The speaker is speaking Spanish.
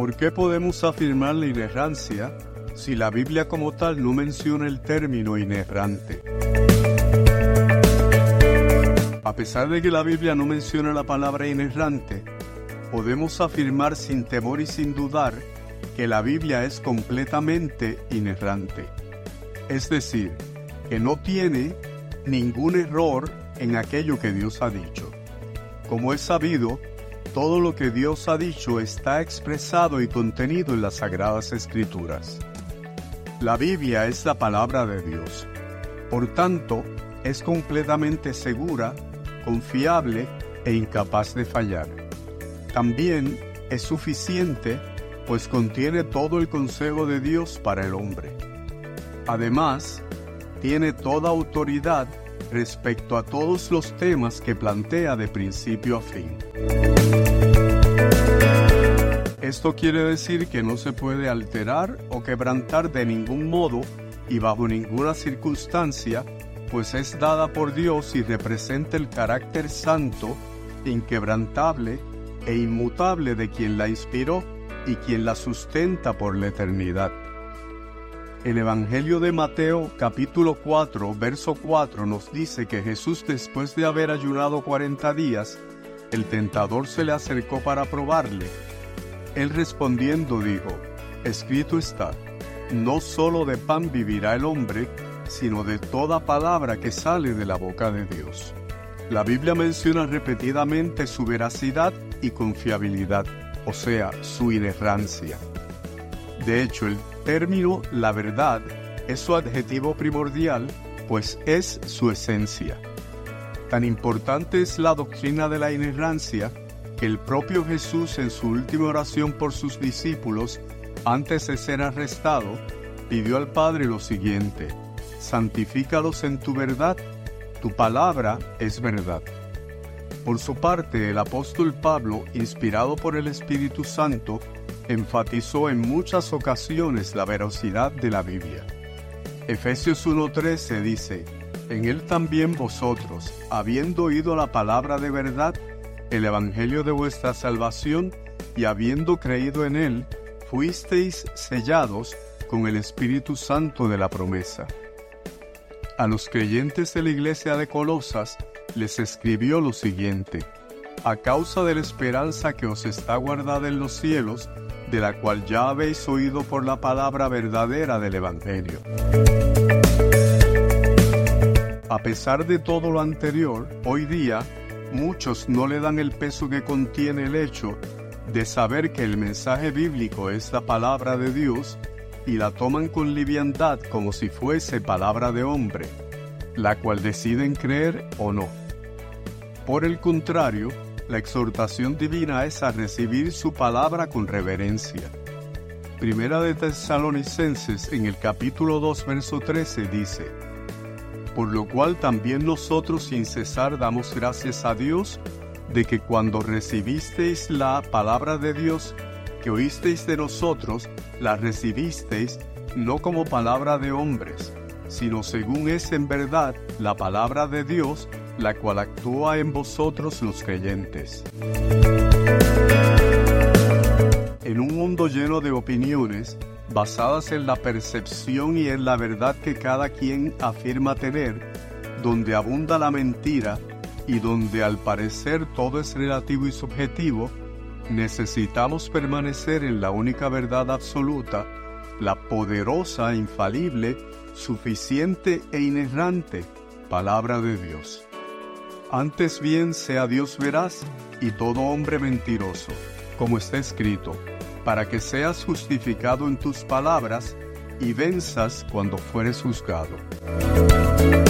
¿Por qué podemos afirmar la inerrancia si la Biblia como tal no menciona el término inerrante? A pesar de que la Biblia no menciona la palabra inerrante, podemos afirmar sin temor y sin dudar que la Biblia es completamente inerrante. Es decir, que no tiene ningún error en aquello que Dios ha dicho. Como es sabido, todo lo que Dios ha dicho está expresado y contenido en las Sagradas Escrituras. La Biblia es la palabra de Dios. Por tanto, es completamente segura, confiable e incapaz de fallar. También es suficiente, pues contiene todo el consejo de Dios para el hombre. Además, tiene toda autoridad respecto a todos los temas que plantea de principio a fin. Esto quiere decir que no se puede alterar o quebrantar de ningún modo y bajo ninguna circunstancia, pues es dada por Dios y representa el carácter santo, inquebrantable e inmutable de quien la inspiró y quien la sustenta por la eternidad. El Evangelio de Mateo, capítulo 4, verso 4, nos dice que Jesús, después de haber ayunado 40 días, el tentador se le acercó para probarle. Él respondiendo dijo: escrito está, no solo de pan vivirá el hombre, sino de toda palabra que sale de la boca de Dios. La Biblia menciona repetidamente su veracidad y confiabilidad, o sea, su inerrancia. De hecho, el término la verdad es su adjetivo primordial, pues es su esencia. Tan importante es la doctrina de la inerrancia que el propio Jesús, en su última oración por sus discípulos, antes de ser arrestado, pidió al Padre lo siguiente: santifícalos en tu verdad, tu palabra es verdad. Por su parte, el apóstol Pablo, inspirado por el Espíritu Santo, enfatizó en muchas ocasiones la veracidad de la Biblia. Efesios 1:13 dice: en él también vosotros, habiendo oído la palabra de verdad, el evangelio de vuestra salvación, y habiendo creído en él, fuisteis sellados con el Espíritu Santo de la promesa. A los creyentes de la iglesia de Colosas les escribió lo siguiente: a causa de la esperanza que os está guardada en los cielos, de la cual ya habéis oído por la palabra verdadera del Evangelio. A pesar de todo lo anterior, hoy día, muchos no le dan el peso que contiene el hecho de saber que el mensaje bíblico es la palabra de Dios y la toman con liviandad como si fuese palabra de hombre, la cual deciden creer o no. Por el contrario, la exhortación divina es a recibir su palabra con reverencia. Primera de Tesalonicenses, en el capítulo 2, verso 13, dice: por lo cual también nosotros sin cesar damos gracias a Dios, de que cuando recibisteis la palabra de Dios, que oísteis de nosotros, la recibisteis no como palabra de hombres, sino según es en verdad la palabra de Dios, la cual actúa en vosotros los creyentes. En un mundo lleno de opiniones, basadas en la percepción y en la verdad que cada quien afirma tener, donde abunda la mentira y donde al parecer todo es relativo y subjetivo, necesitamos permanecer en la única verdad absoluta, la poderosa, infalible, suficiente e inerrante palabra de Dios. Antes bien sea Dios veraz y todo hombre mentiroso, como está escrito, para que seas justificado en tus palabras y venzas cuando fueres juzgado.